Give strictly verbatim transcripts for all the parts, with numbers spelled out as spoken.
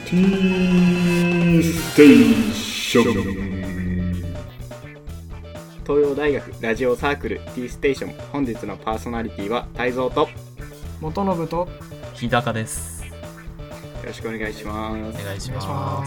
T ステーション。東洋大学ラジオサークル T ステーション。本日のパーソナリティは泰造と元信と日高です。 よろしくお願いします。 お願いします。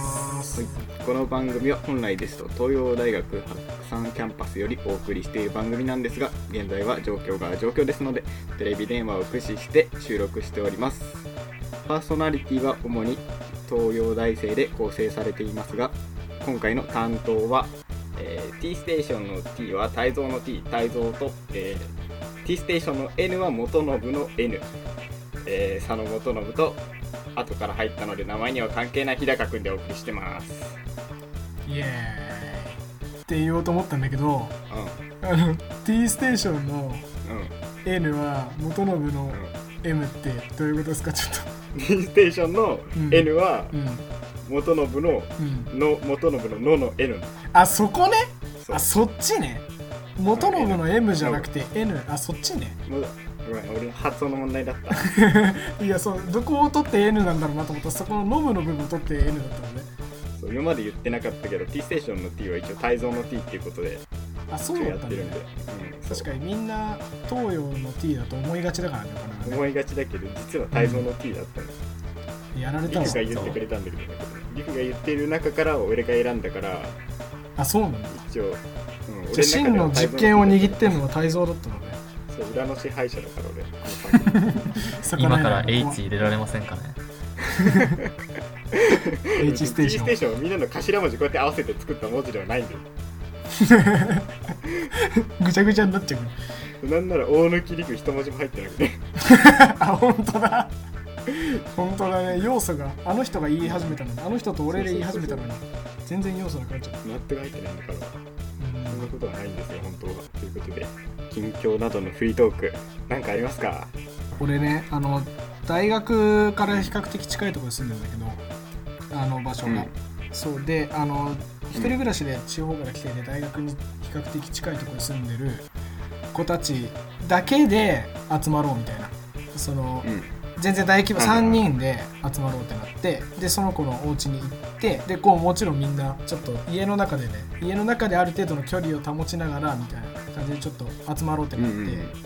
はい、この番組は本来ですと東洋大学白山キャンパスよりお送りしている番組なんですが、現在は状況が状況ですのでテレビ電話を駆使して収録しております。パーソナリティは主に東洋大生で構成されていますが、今回の担当は、えー、T ステーションの T は泰造の T、泰造と、えー、T ステーションの N は元信の N、えー、佐野元信と後から入ったので名前には関係ない日高くんでお送りしてます。 イエーイって言おうと思ったんだけど、 うん、 あの T ステーションのうん、 N は元信の M ってどういうことですか？ちょっと T ステーションの N は元信の、 うん、 の元信ののの N。 あ、そこね。 そあ、そっちね。元信の M じゃなくて N。あ、そっちね。 ごめん、俺の発音の問題だった。 いや、そう、どこを取って N なんだろうなと思ったら、そこのノブの部分を取って N だったのね。 そう、今まで言ってなかったけど T ステーションの T は一応泰造の T っていうことであ、そうだったんだね。 うん、 確かにみんな東洋の T だと思いがちだからね。これはね、 思いがちだけど実は泰造の T だったの、 うん、やられたわ。 リクが言ってくれたんだけど、リクが言ってる中から俺が選んだから。あ、 そうなんだ。 一応、うん、 じゃあ真の実権を握ってるのは泰造だったのね。 そう、裏の支配者だから俺今から H 入れられませんかね。 H ステーション T ステーションはみんなの頭文字こうやって合わせて作った文字ではないんだよ。 ぐちゃぐちゃになっちゃう。なんなら大抜き陸一文字も入ってなくてあ、本当だ本当だね。要素があの人が言い始めたのに、あの人と俺で言い始めたのに全然要素なくなっちゃう。 全く入ってないんだから、そんなことはないんですよ本当は。ということで近況などのフリートークなんかありますか？ 俺ね、あの大学から比較的近いところに住んでるんだけど、あの場所が、うん、そうで、あの一人暮らしで地方から来てて大学に比較的近いところに住んでる子たちだけで集まろうみたいな、その、うん、全然大規模さんにんで集まろうってなって、でその子のお家に行って、でこうもちろんみんなちょっと家の中でね、家の中である程度の距離を保ちながらみたいな感じでちょっと集まろうってなって、うん、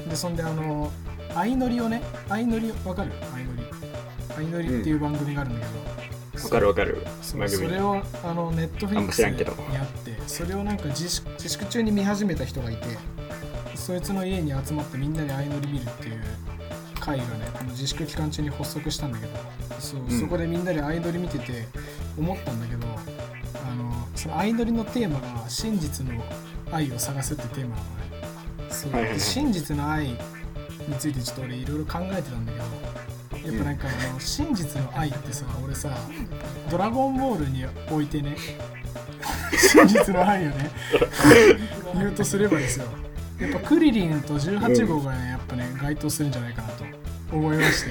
でそんであの相乗りをね、相乗りわかる？相乗り相乗りっていう番組があるんだけど、 わ、うん、かるわかる。 そ, それをあのネットフリックスでやって、それをなんか自粛、自粛中に見始めた人がいて、そいつの家に集まってみんなで相乗り見るっていう会がね、この自粛期間中に発足したんだけど、そう、うん、そこでみんなで相乗り見てて思ったんだけど、あのその相乗りのテーマが真実の愛を探すってテーマなのね。そう、はいはいはい、真実の愛についてちょっと俺いろいろ考えてたんだけど、やっぱなんかあの真実の愛ってさ、俺さドラゴンボールにおいてね真実の愛をね言うとすればですよ、やっぱクリリンとじゅうはち号がね、やっぱね該当するんじゃないかなと思いまして。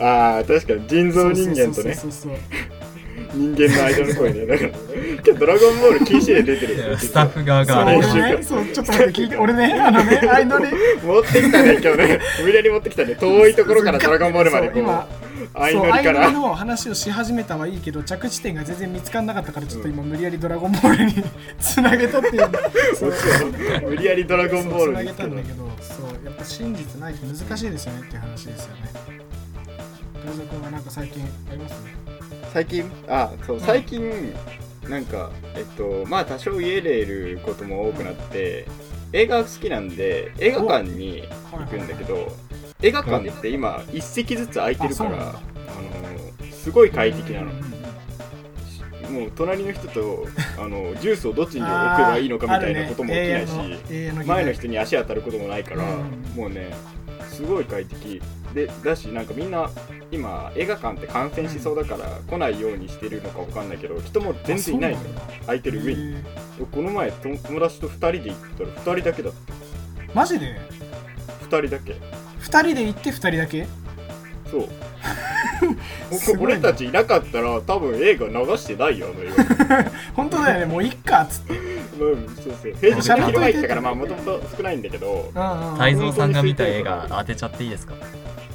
ああ、確かに人造人間とね、 そうそうそうそう、 人間の間の声ね。だから今日ドラゴンボール禁止で出てるスタッフ側が練習が、ね、そう、ちょっと待って聞いて、俺ね、あのね、相乗り持ってきたね、今日ね、無理やり持ってきたね、遠いところからドラゴンボールまでこう今相乗りから相乗りの話をし始めたはいいけど、着地点が全然見つからなかったから、ちょっと今無理やりドラゴンボールにつなげたっていうそう無理やりドラゴンボールにつなげたんだけど、そう、やっぱ真実ないと難しいですよねっていう話ですよね。大蔵君はなんか最近ありますね？ 最近、あ、そう、最近、うん、なんかえっとまあ多少家でいることも多くなって、映画好きなんで映画館に行くんだけど、はいはいはい、映画館って今一席ずつ空いてるから、あのすごい快適なの。もう隣の人とあのジュースをどっちに置けばいいのかみたいなことも起きないし、ね、の前の人に足当たることもないから、うん、もうねすごい快適でだし、なんかみんな今映画館って感染しそうだから来ないようにしてるのかわかんないけど、人も全然いないの、空いてる上に。この前友達とふたりで行ったらふたりだけだった。 マジで？ ふたりだけ。 ふたりで行ってふたりだけ？ そう俺たちいなかったら多分映画流してないよ、あの映画本当だよね、もういっかっつって、 うん、そうそう、平日に昼前行ったからまあもともと少ないんだけど、 泰造さんが見た映画当てちゃっていいですか？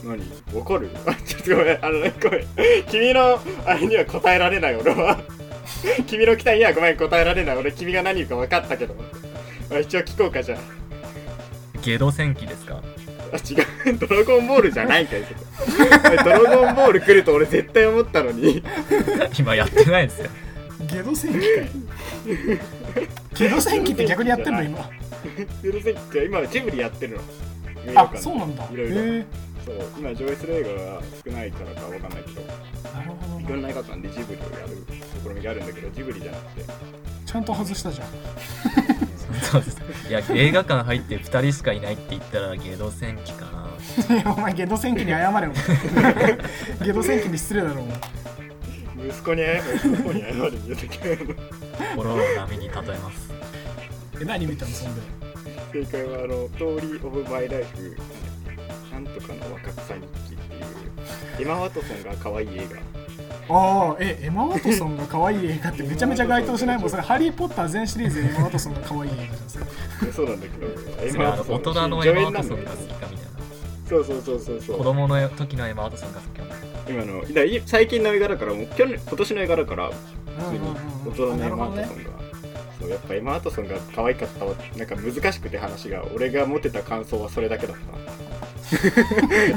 何わかる？あ、ちょっとごめん、あのごめん、君のあれには答えられない俺は君の期待にはごめん答えられない。俺君が何言うか分かったけど、あ、一応聞こうか。じゃあゲド戦記ですか？ あ、違う、ドラゴンボールじゃないんかい。ドラゴンボール来ると俺絶対思ったのに今やってないですよ。 ゲド戦記かい。ゲド戦記って逆にやってんの今？ ゲド戦記は今ジブリやってるの。 あ、そうなんだ。 いろいろ、 へー、 そう今上映する映画が少ないからかわかんないけど、 なるほどいろんな映画館でジブリをやる試みがあるんだけど、ジブリじゃなくてちゃんと外したじゃん。 そうです。いや、映画館入ってふたりしかいないって言ったらゲド戦記かな。 いやお前ゲド戦記に謝れよ。ゲド戦記に失礼だろお前。 息子に謝る、息子に謝るん言うとき心を波に例えます。 え、何見たのそんで？ 正解はあのストーリーオブマイライフなんとかの若草日記っていうエマ・ワトソンが可愛い映画。 ああ、え、エマ・ワトソンが可愛い映画ってめちゃめちゃ該当しない？もうそれハリー・ポッター全シリーズでエマ・ワトソンが可愛い映画じゃんそれ。 そうなんだけど、エそれは大人のエマ・ワトソンが好きかみたいな。 そうそうそうそうそう。 子供の時のエマ・ワトソンが好きかな。 今のだい最近の映画だから、もう去年今年の映画だから普通に大人のエマ・ワトソンが、そうやっぱエマ・ワトソンが可愛かったわ。なんか難しくて話が、俺が持ってた感想はそれだけだった。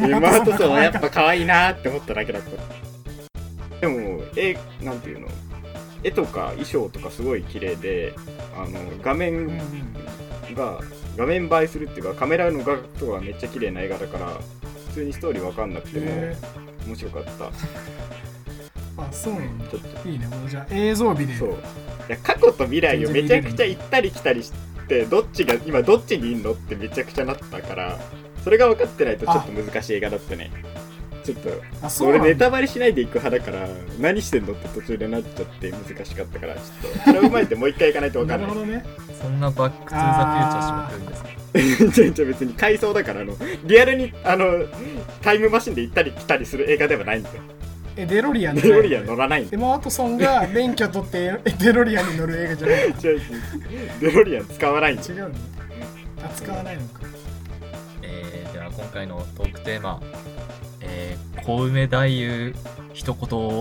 エマ・ワトソンはやっぱ可愛いなって思っただけだった。でも絵なんていうの、絵とか衣装とかすごい綺麗で、あの画面が画面映えするっていうか、カメラの画角とかがめっちゃ綺麗な映画だから、普通にストーリーわかんなくても面白かった。 あ、そうなんだ。 ちょっといいね。もうじゃあ映像美で。 そう。いや過去と未来をめちゃくちゃ行ったり来たりして、どっちが今どっちにいんのってめちゃくちゃなったから、それが分かってないとちょっと難しい映画だったね。ちょっとあ、そうなんだ。 俺ネタバレしないで行く派だから、何してんのって途中でなっちゃって難しかったから、ちょっとそれを踏まえてもう一回行かないと分かんない。 なるほどね。 そんなバックトゥーザフューチャーしまくるんですか？ じゃじゃ別に回想だから、あのリアルにあのタイムマシンで行ったり来たりする映画ではないんだよ。 え、デロリアンデロリアン乗らないんだよ。 エマ・ワトソンが免許取ってデロリアンに乗る映画じゃない。 違うデロリアン使わないんだよ。 違うの？あ、使わないのか。 えー、では今回のトークテーマ、えー、小梅太夫一言を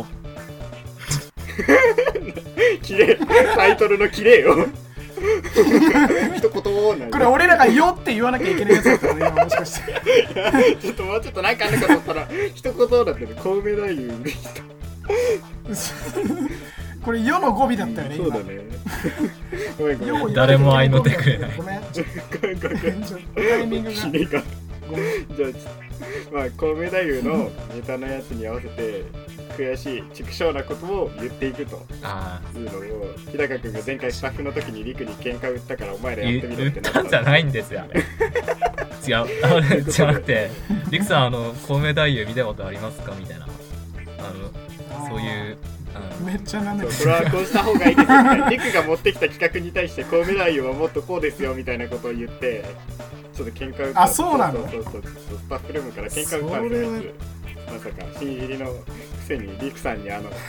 綺麗、タイトルの綺麗よ。一言なんこれ俺らがよって言わなきゃいけないやつだったの今もしかして。 ちょっともうちょっとなんかあるかと思ったら一言だったね。小梅太夫でした。 これよの語尾だったよね。 そうだね。ごめんごめん。 よを誰も愛の手くれない。 ごめん。 ごめんごめんごめん。 ちょっとタイミングが。 キレが。 ごめん。 じゃあちょっとまあ小梅太夫のネタのやつに合わせて悔しい畜生なことを言っていくとあいうのを、日高君が前回スタッフの時にリクに喧嘩売ったからお前らやってみろ言っってなったんじゃないんですよ、あれ。違う、あれじゃなくて、リクさん、あの、小梅太夫見たことありますかみたいな。あの、そういう、あのめっちゃ舐めてる。 そう、これはこうした方がいいですよ。リクが持ってきた企画に対して小梅太夫はもっとこうですよみたいなことを言って、ちょっと喧嘩売った。 あ、そうなの？ そうそうそうそう、スタッフルームから喧嘩売ったんですよ、あいつ。まさか新入りのくせにリクさんにあの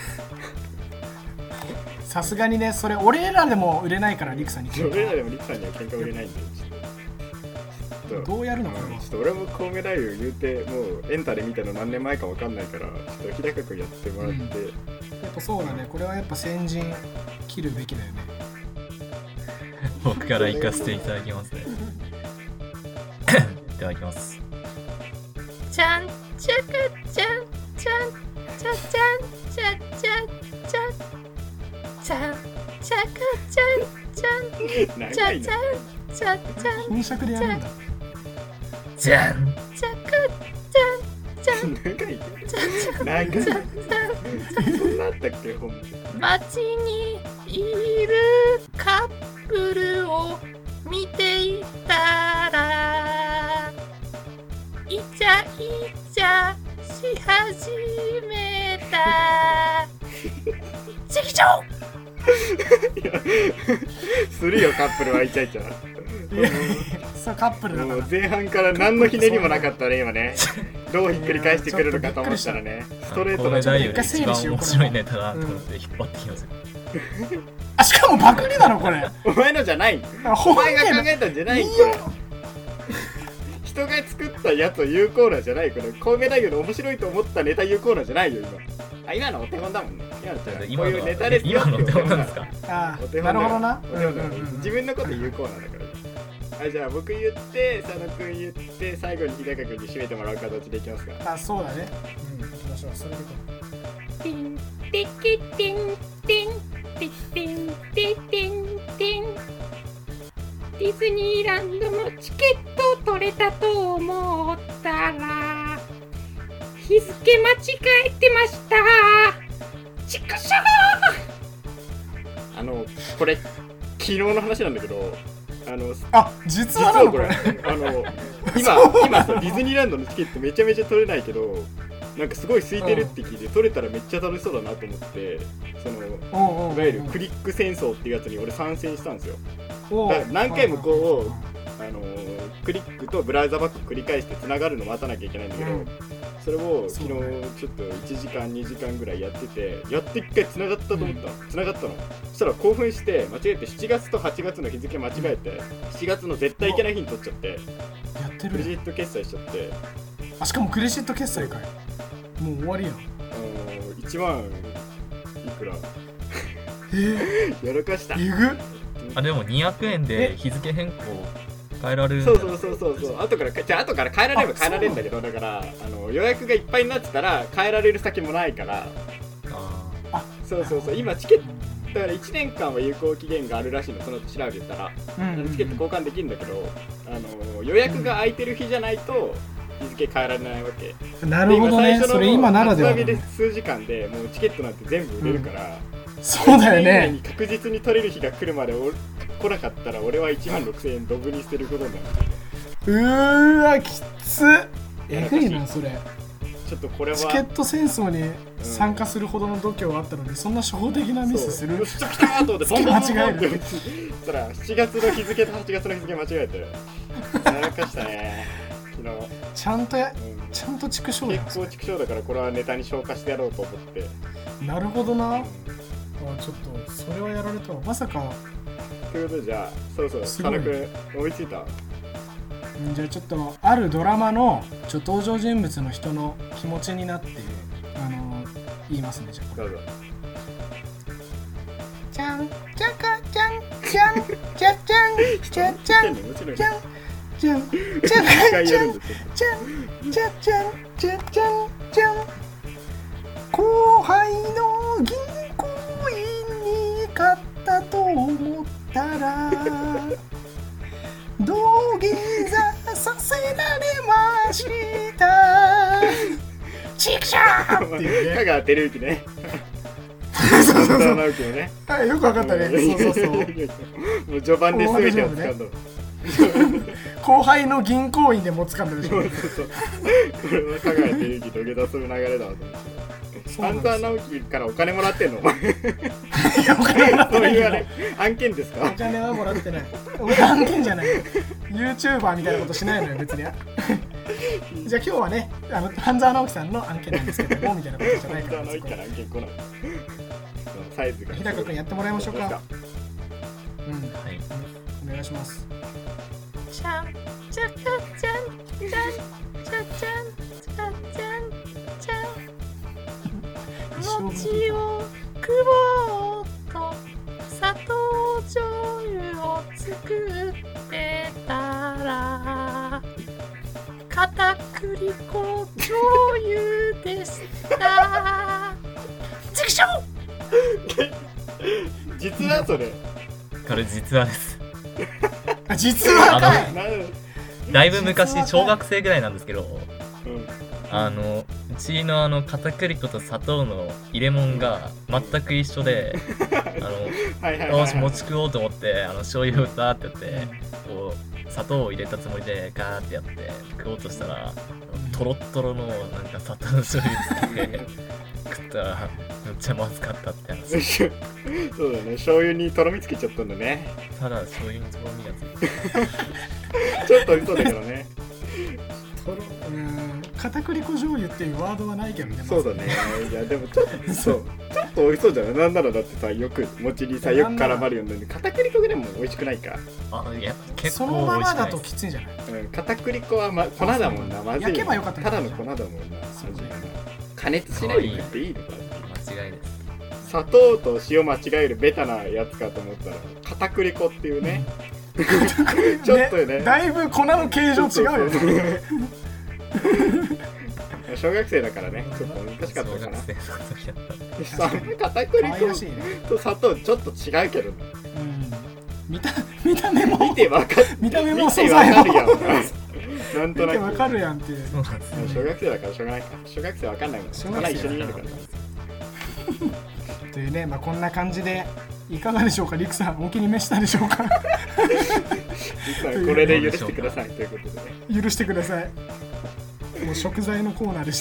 さすがにね、それ俺らでも売れないからリクさんに。 俺らでもリクさんには喧嘩売れないんで、ちょっとどうやるのかな。 ちょっと俺も小梅太夫言うてもうエンタで見たの何年前か分かんないから、ちょっと日高君やってもらって、うん、 やっぱそうだね。これはやっぱ先陣切るべきだよね。 僕から行かせていただきますね。いただきます。 ちゃんちゃかちゃんちゃんちゃちゃんちゃちゃちゃちゃんちゃかちゃんちゃんちゃちゃんちゃちゃん本尺でやるんだ。 じゃんちゃかちゃんちゃん長いちゃちゃん長いちゃちゃんそんなあったっけ本街にいるカップルを見ていたらイチャイチャし始めた。チキチョいやするよカップルはイチャイチャ。 いやそうカップルだからもう前半から何のひねりもなかったね今ね。どうひっくり返してくれるのかと思ったらね、ストレートな。 小梅太夫で一番面白いネタだと思って引っ張ってきますよ。 あ、しかもパクリなのこれ。 お前のじゃない。お前が考えたんじゃない。これ一人が作ったやつを言うコーナーじゃない。これ神戸大学の面白いと思ったネタ言うコーナーじゃないよ今。あ、今のお手本だもんね。今のこういうネタですよって今のお手本なんですか。 あお手あ、な本だるほどな。 お手本だ自分のこと言うコーナーだから。はい、じゃあ僕言って佐野くん言って最後に日高くんに締めてもらう形でいきますか。 あ、そうだね。うん、行きましょう。それでいこう。 ティンテキテンテンテテンテテンテンディズニーランドのチケット取れたと思ったら日付間違えてました。ちくしょあのこれ昨日の話なんだけど、あのあ、実はなのこれあの今今さディズニーランドのチケットめちゃめちゃ取れないけど、なんかすごい空いてるって聞いて、取れたらめっちゃ楽しそうだなと思って、そのいわゆるクリック戦争っていうやつに俺参戦したんですよ。だから何回もこう、あのー、クリックとブラウザバック繰り返してつながるの待たなきゃいけないんだけど、うん、それを昨日ちょっといちじかんにじかんぐらいやってて、やっていっかいつながったと思ったの、うん、つながったの。そしたら興奮して間違えてしちがつとはちがつの日付間違えてしちがつの絶対いけない日に取っちゃって、 やってるクレジット決済しちゃって。 あ、しかもクレジット決済かい。もう終わりやん。 あのー、いちまんいくらえー、 やらかした。 えぐ。 あ、でもにひゃくえんで日付変更変えられるんだ。 そうそうそうそうそう。後からじゃあ後から変えられれば変えられるんだけど、だからあの予約がいっぱいになってたら変えられる先もないから。 ああ、そうそうそう。今チケットだからいちねんかんは有効期限があるらしいの。その後調べてたら、うんうんうん、チケット交換できるんだけど、あの予約が空いてる日じゃないと日付変えられないわけ。 なるほどね。それ今ならではだね。 で数時間でもうチケットなんて全部売れるから。うん、 そうだよね。 に確実に取れる日が来るまで来なかったら俺はいちまんろくせんえんドブに捨てることになる。 うーわ、きつっ。えぐいなそれ。 ちょっとこれはチケット戦争に参加するほどの度胸があったのに、うん、そんな初歩的なミスする。 よっしゃ来たーと思ってボンボンボンボンってそしたらしちがつの日付とはちがつの日付間違えてやらかしたね昨日。 ちゃんとや、 うん、 ちゃんと畜生だ。 結構畜生だからこれはネタに消化してやろうと思って。 なるほどな、うん、あ、ちょっとそれはやられたわ。まさか。 ということで、じゃあそろそろ佐野くん思いついた？ じゃあちょっとあるドラマのちょ登場人物の人の気持ちになって、あの言いますね。じゃあどうぞ。 じゃんじゃかじゃんじゃんじゃじゃんじゃじゃんじゃんじゃんじゃんじゃんじゃんじゃんじゃんじゃんじゃんじゃんじゃん後輩の銀行員に勝ったと思ったら土下座させられましたチクシャーっていうね。 香川照之ね。 そうそうそう。 直樹のね。 はい、よくわかったね。そうそうそう。もう序盤で全てを掴んだ。 後輩の銀行員でも掴んだでしょ。 そうそうそう。これは香川照之土下座する流れだわと思って。半沢直樹からお金もらってんの？いや、 お金もらってないよ。 案件ですか？ お金はもらってない。俺案件じゃない。YouTuber みたいなことしないのよ別に。じゃあ今日はね、あの半沢直樹さんの案件なんですけどもみたいなことじゃないから。 半沢直樹から案件来ない。サイズが。 日高君やってもらいましょうか。うん、はい。お願いします。 ちゃんちゃかちゃんちゃんちゃんちゃちゃんちゃちゃんちゃん餅をくぼーと砂糖醤油を作ってたら片栗粉醤油でしたチクショー実はそれこれ実話です。 あ、実はかい。 だいぶ昔小学生ぐらいなんですけど、 うん、 あのうちのあの片栗粉と砂糖の入れ物が全く一緒で、あのよし餅食おうと思ってあの醤油をダーってやってこう砂糖を入れたつもりでガーってやって食おうとしたらトロットロのなんか砂糖醤油つけて食ったらめっちゃまずかったって話。 そうだね、醤油にとろみつけちゃったんだね。 ただ醤油にとろみがついてちょっと嘘だけどね。 とろうん片栗粉醤油っていうワードはないけどね。 そうだね。いやでもちょっとそうちょっっと美味しそうじゃない？なんならだってさ、よく餅にさよく絡まるようになる片栗粉でも美味しくないか。 あ、いや結その構美味しくままだとないです。 きついんじゃない？ うん、片栗粉は、ま、粉だもんな。まずい。 焼けばよかったねただの粉だもんな。 そうね加熱しないで食っていいのかっていう。 間違いです。 砂糖と塩間違えるベタなやつかと思ったら片栗粉っていうねちょっとねだいぶ粉の形状違うよね。 小学生だからね、ちょっと難しかったかな。 小学生の時だった。 さ片栗可愛らしいね。 粉と砂糖ちょっと違うけどね。 うん見た見た目も見てわか見た目も見て素材もわかるやんなんとなく見てわかるやんっていう。 そうなんですね。 小学生だからしょうがないか。小学生わかんないもん。 小学生粉一緒に入れるから。 というね、まあこんな感じでいかがでしょうか、リクさん。お気に召したでしょうか。 実はこれで許してくださいということでね。 許してください。もう食材のコーナーでした。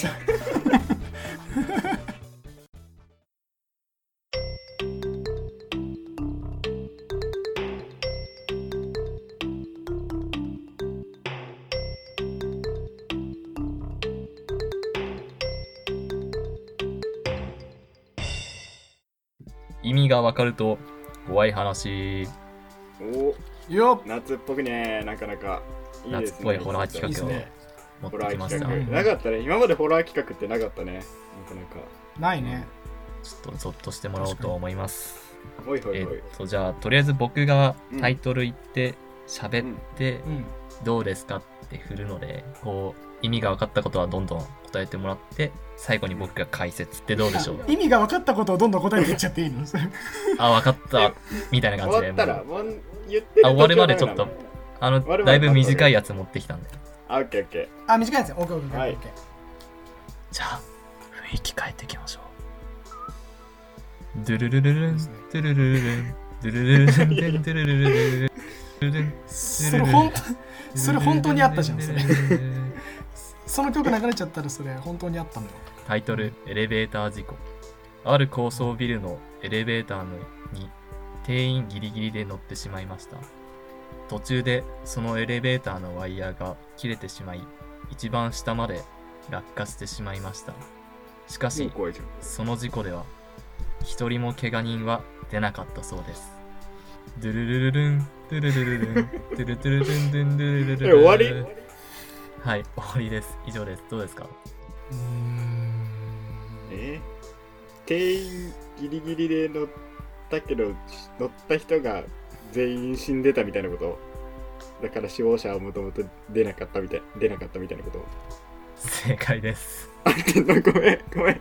意味がわかると怖い話。 およっ。 夏っぽくね、なかなかいいですね。 夏っぽいホラー企画をいいですね持っホラーてきました。 企画、 うんなかったね。今までホラー企画ってなかったね。なかなか。 ないね。 ちょっとゾッとしてもらおうと思います。 ほいほいほい。 えっとじゃあとりあえず僕がタイトル言って喋ってうん。 どうですかって振るので、こう意味が分かったことはどんどん答えてもらって、最後に僕が解説ってどうでしょう。 意味が分かったことをどんどん答えていっちゃっていいの？それあ、分かったみたいな感じで。 終わったら、 もうもう言ってるあ終わるまでちょっと途中あの終わるまでだいぶ短いやつ持ってきたんで。 あ、オッケーオッケあ、短いやつ。オッケーオッケーオはいッケー。 じゃあ雰囲気変えていきましょう。ドゥルルルルンドゥルルルルンドゥルルルルンドゥルルルルルルン。 それ本当それ本当にあったじゃん。それその曲流れちゃったらそれ本当にあったのよ。 タイトルエレベーター事故。ある高層ビルのエレベーターのに定員ギリギリで乗ってしまいました。途中でそのエレベーターのワイヤーが切れてしまい、一番下まで落下してしまいました。しかー。もうし怖いじゃん。 その事故では一人も怪我人は出なかったそうです。ドゥルルルルンドゥルルルルンドゥルドゥルルンドゥンドゥルルルルン。 え、終わり？ はい、終わりです。以上です。どうですか？ うーん。 え定員ギリギリで乗ったけど、乗った人が全員死んでたみたいなこと？だから死亡者はもともと出なかったみたい、出なかったみたいなこと？ 正解です。 あ、ごめん、ごめん。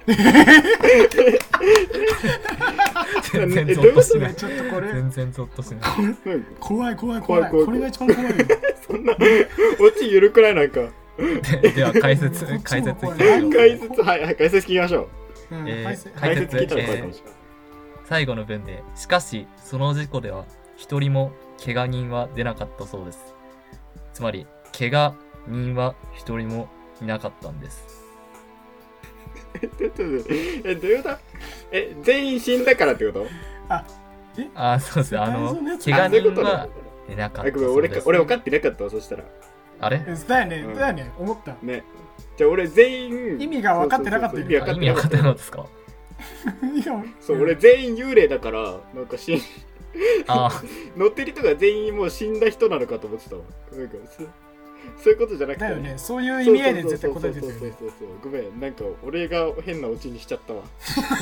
全然えゾッとしない。 ちょっとこれ全然ゾッとしない。 うん怖い怖い怖い。 怖い怖いこれが一番怖いよ。 そんな、オチ緩くない？なんか。 ででは解説こっち解説も怖いいきましょう。 解説、はい、はい、解説聞きましょう。 うんえー解説解説聞いたら怖いかもしれない。 最後の文で、しかしその事故では一人も怪我人は出なかったそうです。つまり怪我人は一人もいなかったんです。 え、ちょっと待ってえ、どういうこと？え、全員死んだからってこと？ あー、そうです。あの大丈夫ね怪我そういうことね人は出なかっあ、ごめん、俺かたそうです。 俺分かってなかったわ、そしたら。 あれ？ だよねうんだよね思った。 ね。じゃあ俺全員意味が分かってなかったよねそうそうそう意味分かってなかったあ意味分かってなかったですか？ いやそう、俺全員幽霊だからなんか死んあ乗ってる人が全員もう死んだ人なのかと思ってたわ。なんかそそういうことじゃなくてだよね、そういう意味合いで絶対答えてたよね。 そうそうそうそうごめん、なんか俺が変なオチにしちゃったわ。もう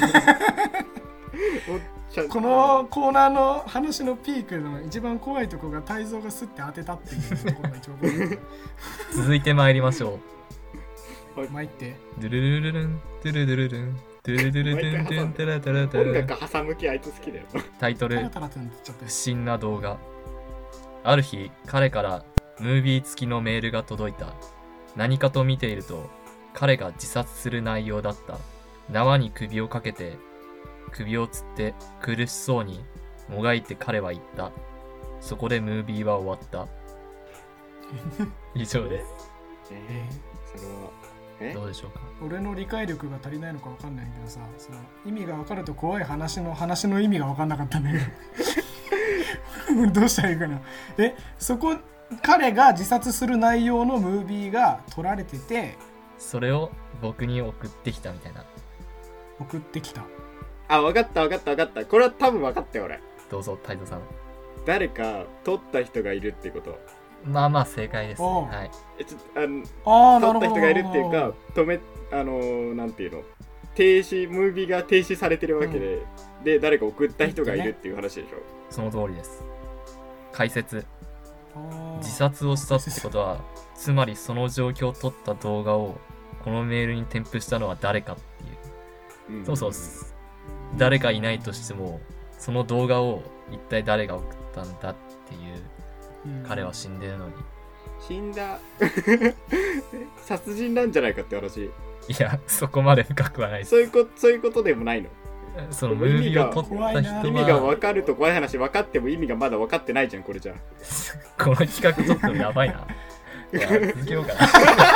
ちゃんこのコーナーの話のピークの一番怖いところが泰造がスッて当てたっていうところが一番怖い。 続いて参りましょ参ってう。ドゥルルルルンドゥルルルルンドゥルルルルンドゥンテラテラテ音ラ。 楽挟む気あいつ好きだよ。 タイトルタラタラってなっちゃった不審な動画。ある日彼からムービー付きのメールが届いた。何かと見ていると彼が自殺する内容だった。縄に首をかけて首をつって苦しそうにもがいて彼は言った。そこでムービーは終わった。以上です。 えー、それはえどうでしょうか？ 俺の理解力が足りないのか分かんないけどさ、その意味が分かると怖い話の話の意味が分かんなかったんだけどどうしたらいいかな。え、そこ彼が自殺する内容のムービーが撮られててそれを僕に送ってきたみたいな。 送ってきた。 あ、分かった分かった分かった。これは多分分かったよ俺。 どうぞタイトさん。 誰か取った人がいるってこと。 まあまあ正解です、ね、はい。 えちょあのあ取った人がいるっていうか、止めあのー、なんていうの、停止ムービーが停止されてるわけで、うん、で誰か送った人がいるっていう話でしょ。 その通りです。解説。自殺をしたってことは、つまりその状況を撮った動画をこのメールに添付したのは誰かっていう、うん、そうそう、誰かいないとしてもその動画を一体誰が送ったんだっていう、うん、彼は死んでるのに。 死んだ殺人なんじゃないかって話。いや、そこまで深くはないです。 そういうこそういうことでもないの。 そのムービーを撮った人は意味が分かると怖い話、分かっても意味がまだ分かってないじゃんこれじゃ。 この企画ちょっとやばいな。いや、続けようかな。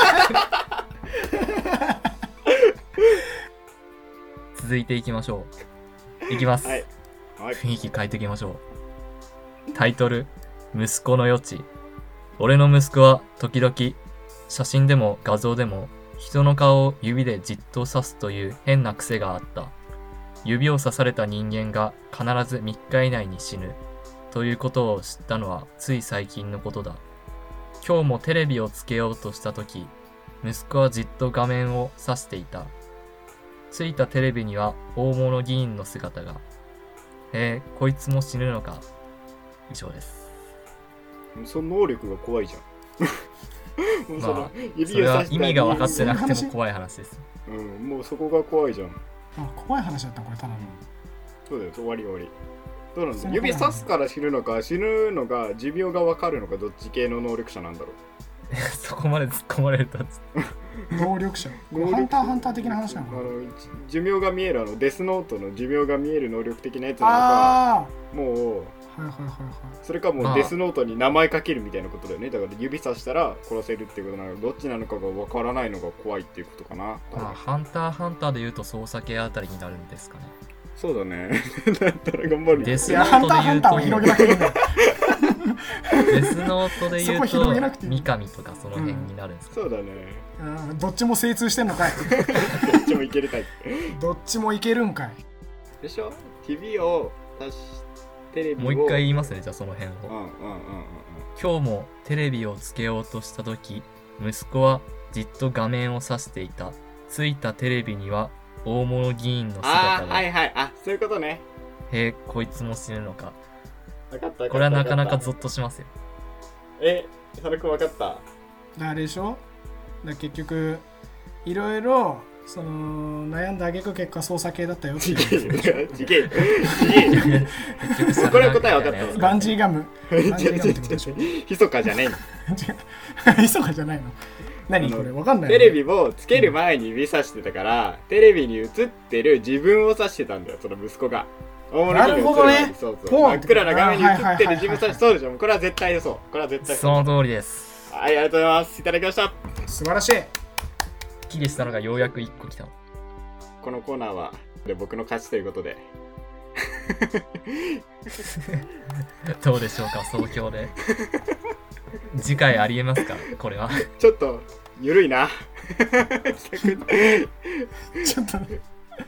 続いていきましょう。いきます、はいはい、雰囲気変えていきましょう。タイトル、息子の余地。俺の息子は時々写真でも画像でも人の顔を指でじっと指すという変な癖があった。指を刺された人間が必ずみっか以内に死ぬということを知ったのはつい最近のことだ。今日もテレビをつけようとしたとき、息子はじっと画面を指していた。ついたテレビには大物議員の姿が。えー、こいつも死ぬのか。以上です。 その能力が怖いじゃん。もうその、 まあ、指をそれは意味が分かってなくても怖い話です。 うん、もうそこが怖いじゃん。 あ、怖い話だったこれただの。 そうだよ、終わり終わり。どうなんだ。指刺すから死ぬのか、死ぬのが寿命が分かるのか、どっち系の能力者なんだろう。 そこまで突っ込まれると能力者。ハンターハンター的な話なのかな。あの寿命が見える、あのデスノートの寿命が見える能力的なやつなのか、もう、はいはいはいはい、それかもうデスノートに名前かけるみたいなことだよね。だから指さしたら殺せるっていうことなので、どっちなのかが分からないのが怖いっていうことかな。 まあ、ハンターハンターでいうと操作系あたりになるんですかね。 そうだね。だったら頑張る。 デスノートで言うとデスノートで言うと三上とかその辺になるんですか、 うん、そうだね。 うん、どっちも精通してんのかい。 どっちもいけるかい。 どっちもいけるんかい。 でしょ。 ティーブイ を足しテレビをもう一回言いますね。じゃあその辺を、 うんうんうんうん、 今日もテレビをつけようとした時、息子はじっと画面を指していた。ついたテレビには大物議員の姿が。 あ、はいはい、あ、そういうことね。 へえ、こいつも死ぬのか。 分かった分かった。 これはなかなかゾッとしますよ。 え、佐野くん分かった。 あれでしょ。だ結局いろいろその悩んだ挙句結果操作系だったよっていう。 ちげえちげえ。これは答え分かった。 バンジーガム。バンジーガムってことでしょ。 ひそかじゃねえの。 ひそかじゃないの。何これ分かんない、 ね、テレビをつける前に指さしてたから、うん、テレビに映ってる自分を指してたんだよ、その息子が。 なるほどね。 そうそう真っ暗な画面に映ってる自分指してそうでしょ。これは絶対でそう。これは絶対その通りです。 はい、ありがとうございます。いただきました。 素晴らしい。 キリしたのがようやくいっこ来た。 このコーナーはで僕の勝ちということで。 どうでしょうか、総評で。次回ありえますか、これは。 ちょっとゆるいな。 ちょっとね。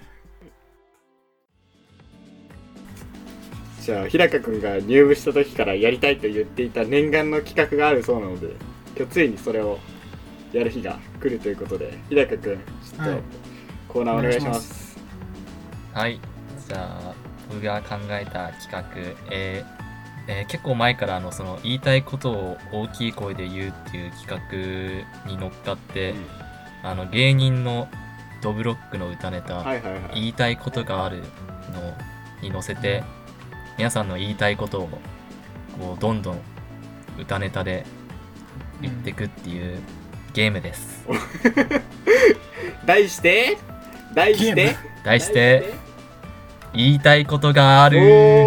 じゃあ日高くんが入部した時からやりたいと言っていた念願の企画があるそうなので、今日ついにそれをやる日が来るということで、日高くんちょっとコーナーお願いします。 はい、じゃあ僕が考えた企画、えーえー、結構前からあのその言いたいことを大きい声で言うっていう企画に乗っかって、うん、あの芸人のドブロックの歌ネタ、はいはいはい、言いたいことがあるのに乗せて、皆さんの言いたいことをこうどんどん歌ネタで言っていくっていうゲームです。 題して題して題して言いたいことがある。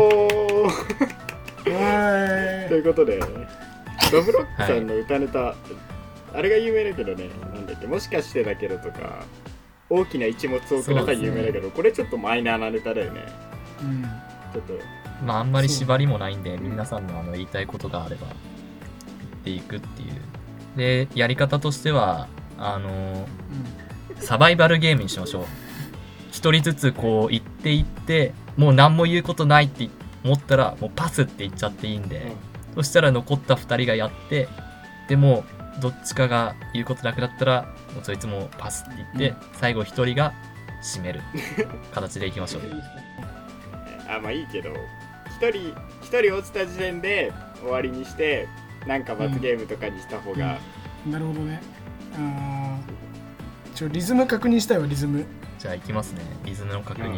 ということでドブロックさんの歌ネタ、はい、あれが有名だけどね、なんだっけ、もしかしてだけどとか大きな一物をください有名だけど、これちょっとマイナーなネタだよね。うん、ちょっとまああんまり縛りもないんで、皆さんのあの言いたいことがあれば言っていくっていう。でやり方としてはあの、うん、サバイバルゲームにしましょう。 一人ずつこう言っていって、もう何も言うことないって思ったらもうパスって言っちゃっていいんで、うん、そしたら残ったふたりがやって、でもどっちかが言うことなくなったらもうそいつもパスって言って、うん、最後ひとりが締める形でいきましょう。 あ、まあいいけど、一人一人落ちた時点で終わりにして、なんか罰ゲームとかにした方が、 うんうん、なるほどね。あー、ちょリズム確認したいわ。リズムじゃあいきますね。リズムの確認をまず、うんうん、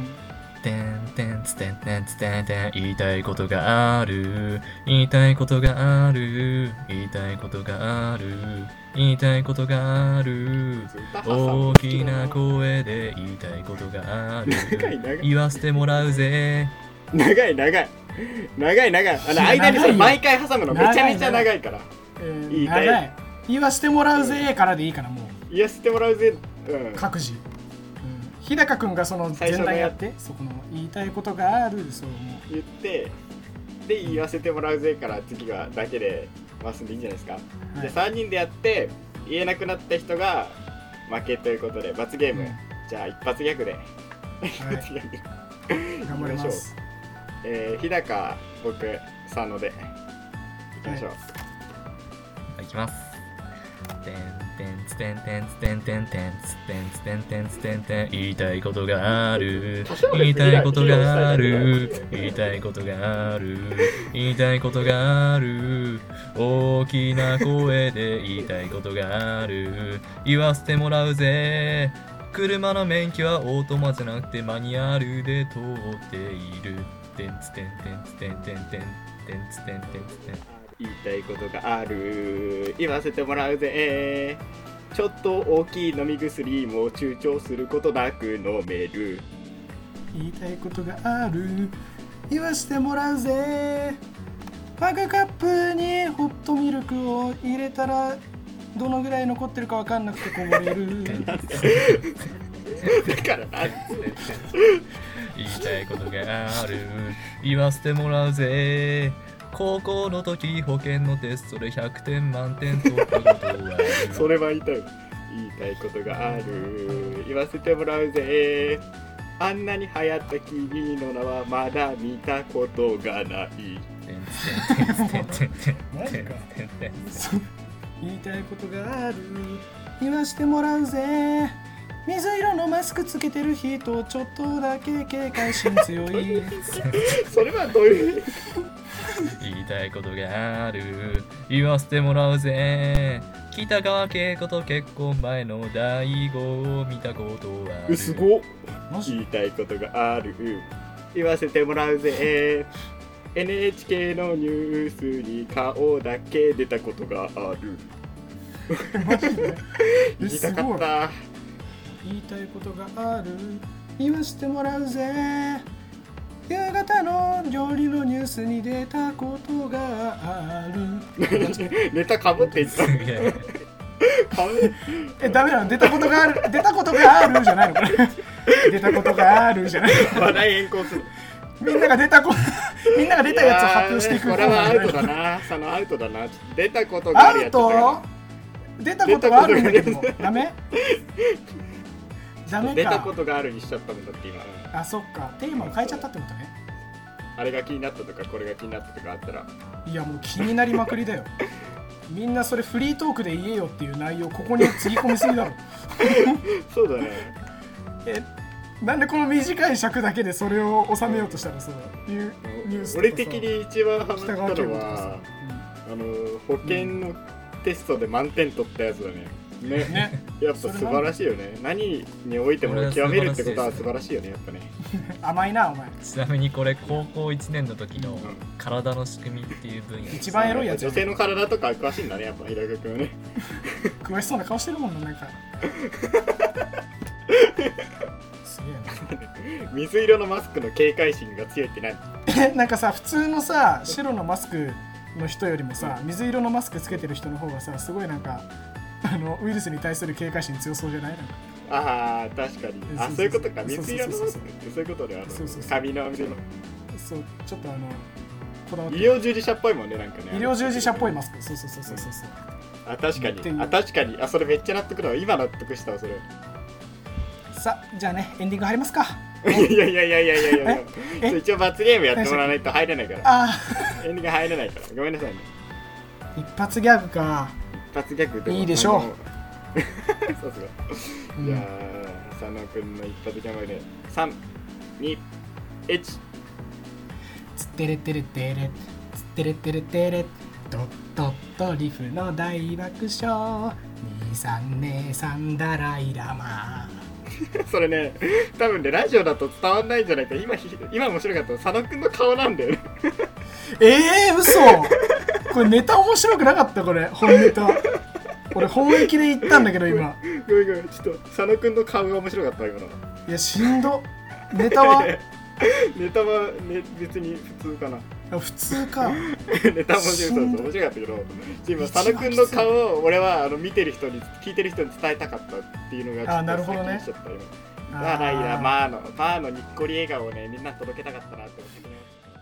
てんてんつてんてんつてんてん、言いたいことがある、言いたいことがある、言いたいことがある、言いたいことがある、大きな声で言いたいことがある、言わせてもらうぜ。 長い長い長い長い、あの間にさ毎回挟むのめちゃめちゃ長いから、 えー、言いたい、長い、言わせてもらうぜからでいいからもう言わせてもらうぜ、 うん、各自、うん、日高くんがその前段やって、そこの言いたいことがある、そうもう言ってで言わせてもらうぜから次はだけで回すんでいいんじゃないですか、はい、でさんにんでやって言えなくなった人が負けということで罰ゲーム、うん、じゃあ一発ギャグで、はい、 頑張ります。 えー、日高、僕、佐野でいきましょう。 はい、いきます。てんてんつてんてんつてんてんてんつてんつてんてんつてんてん、言いたいことがある、言いたいことがある、言いたいことがある、言いたいことがある、大きな声で言いたいことがある、言わせてもらうぜ。車の免許はオートマじゃなくてマニュアルで通っている。てんつてんてんつてんてんてんてんつてんてんつてん、 言いたいことがある、言わせてもらうぜ。ちょっと大きい飲み薬も躊躇することなく飲める。 言いたいことがある、言わせてもらうぜ。マグカップにホットミルクを入れたらどのぐらい残ってるか分かんなくてこぼれる。 だからなん言いたいことがある、言わせてもらうぜ。高校の時保険のテストでひゃくてん満点取ったことはある。 それは言いたい。言いたいことがある、言わせてもらうぜ。あんなに流行った君の名はまだ見たことがない。 言いたいことがある、言わせてもらうぜ。水色のマスクつけてる人ちょっとだけ警戒心強い。 それはどういう言いたいことがある、言わせてもらうぜ。北川景子と結婚前の大悟を見たことある。 すごっ。言いたいことがある、言わせてもらうぜ。エヌエイチケー のニュースに顔だけ出たことがある。 マジで言いたかった。 言いたいことがある、言わせてもらうぜ。夕方の料理のニュースに出たことがある。 ネタかぶっていった。 え、ダメなの？出たことがある、出たことがあるじゃないのこれ。出たことがあるじゃない。 話題変更する。 みんなが出たこみんなが出たやつを発表していく。 これはアウトだな。そのアウトだな。出たことがあるやつだから。 アウト？出たことがあるんだけど、ダメ？ダメか。 出たことがあるにしちゃったもんだって今。 あ、そっか。テーマを変えちゃったってことね。 あれが気になったとかこれが気になったとかあったら。 いやもう気になりまくりだよ。みんなそれフリートークで言えよっていう内容ここにつぎ込みすぎだろ。 そうだね。 え、なんでこの短い尺だけでそれを収めようとしたらさ、ニュースとかさ。 俺的に一番ハマったのは、うん、あの保険のテストで満点取ったやつだね。ね、ね、やっぱ素晴らしいよね。何においても極めるってことは素晴らしいよね、やっぱね。 甘いなお前。 ちなみにこれ高校いちねんの時の体の仕組みっていう分野、 一番エロいやつ。 女性の体とか詳しいんだね、やっぱ日高君はね。 詳しそうな顔してるもんな、なんか。すげえな。水色のマスクの警戒心が強いって何？ なんかさ、普通のさ白のマスクの人よりもさ、水色のマスクつけてる人の方がさ、すごいなんかあのウイルスに対する警戒心強そうじゃない？なんかああ、確かに。あ、そういうことか。水色のマスクってそういうことで、あの髪の水の。 そう、ちょっとあのこだわって。 医療従事者っぽいもんね、なんかね。 医療従事者っぽいマスク。そうそうそうそうそう。 あ、確かに。あ、確かに。あ、それめっちゃ納得だわ。今納得したわ、それ。 さあじゃあねエンディング入りますか。 いやいやいやいやいやいやいや一応罰ゲームやってもらわないと入れないから。 あエンディング入れないからごめんなさいね。 一発ギャグか。 一発ギャグでもいいでしょう。 そうすが、うん、じゃあ佐野くんの一発ギャグでさんにいちつってれてれてれつってれてれてれドッドッドリフの大爆笑兄さん姉さんだらいらまそれね多分ねラジオだと伝わんないんじゃないか。今今面白かったの佐野くんの顔なんだよねえー嘘これネタ面白くなかった。これ本ネタ俺本気で言ったんだけど今ごめんごめんちょっと佐野くんの顔が面白かった今の。 いやしんどネタはネタは、ね、別に普通かな。 普通かネタ面白そう面白かったけど今佐野くんの顔を俺はあの見てる人に聞いてる人に伝えたかったっていうのがあなるほどね。 ちょっと今だからいやまあのまあのにっこり笑顔をねみんな届けたかったなって思って。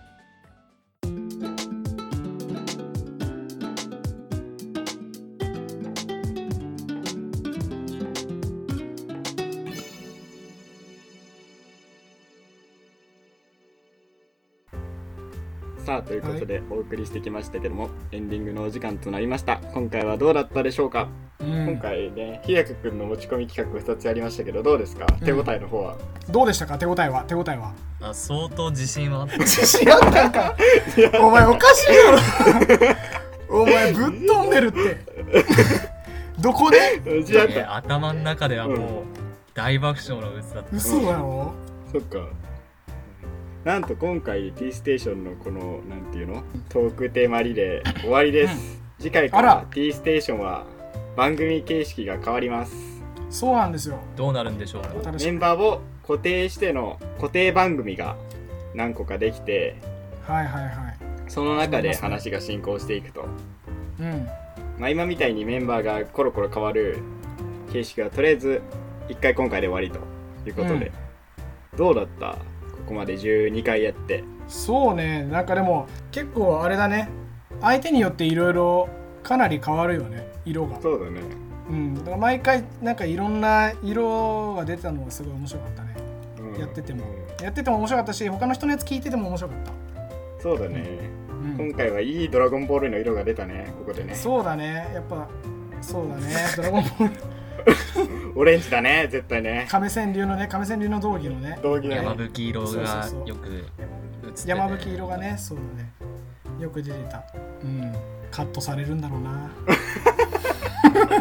さあということでお送りしてきましたけども、はい、エンディングのお時間となりました。今回はどうだったでしょうか。うん、今回ね日高くんの持ち込み企画ふたつありましたけどどうですか、うん、手応えの方はどうでしたか。手応えは手応えはあ相当自信はあった自信あったんかお前おかしいやろお前ぶっ飛んでるってどこで頭の中ではもう大爆笑の渦だった。 嘘だろ、 うん、そっか。なんと今回 T ステーションのこのなんていうのトークテーマリレー終わりです、うん、次回から T ステーションは番組形式が変わります。 そうなんですよ。 どうなるんでしょうか。 メンバーを固定しての固定番組が何個かできて、 はいはいはい、 その中で話が進行していくと、 うん、 まあ今みたいにメンバーがコロコロ変わる形式はとりあえずいっかい今回で終わりということで、うん、どうだった？ここまでじゅうにかいやって。 そうね、なんかでも結構あれだね、相手によっていろいろかなり変わるよね、色が。 そうだね、 うん、だから毎回なんかいろんな色が出てたのがすごい面白かったね、うん、やっててもやってても面白かったし、他の人のやつ聞いてても面白かった。 そうだね、うん、今回はいいドラゴンボールの色が出たね、ここでね。 そうだね、やっぱそうだねドラゴンボールオレンジだね絶対ね。 亀川流のね、亀川流の道着のね、 道着だね、 山吹色がよく映ってて、 山吹色がね、そうだね、よく出てた。うん、カットされるんだろうな悲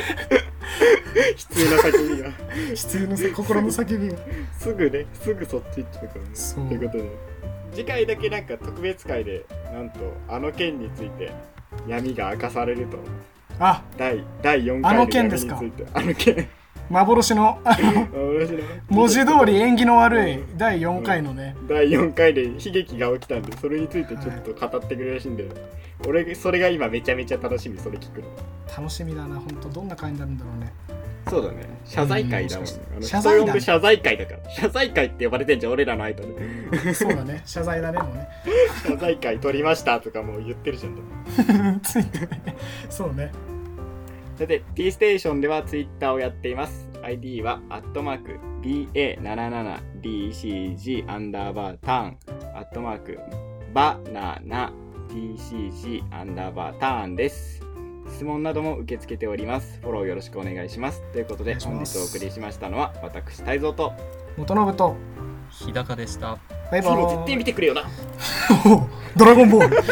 痛な叫びが悲痛の心の叫びがすぐね、すぐそっち行っちゃうからね。そうということで次回だけなんか特別会でなんとあの件について闇が明かされると。 あ、 第だいよんかいあの件ですか。 あの件幻のあの文字通り縁起の悪いだいよんかいのね、 うん、だいよんかいで悲劇が起きたんで、それについてちょっと語ってくれるらしいんで、はい、俺それが今めちゃめちゃ楽しみ。それ聞くの楽しみだな、本当。どんな回になるんだろうね。 そうだね、謝罪会だもんね。 うん、謝罪だね。 謝罪会だから謝罪会って呼ばれてんじゃん俺らの間でそうだね、謝罪だねもうね謝罪会取りましたとかもう言ってるじゃんついてねそうね。 さて T ステーションではツイッターをやっています。 アイディー はアットマーク ビーエーななななディーシージー アンダーバーターンアットマークバナナ ディーシージー アンダーバーターンです。質問なども受け付けております。フォローよろしくお願いします。ということで本日お送りしましたのは私泰造と元信と日高でした。 バイバイ。 もう絶対見てくれよなドラゴンボール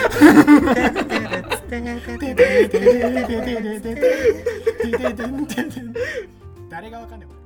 誰がわかんない。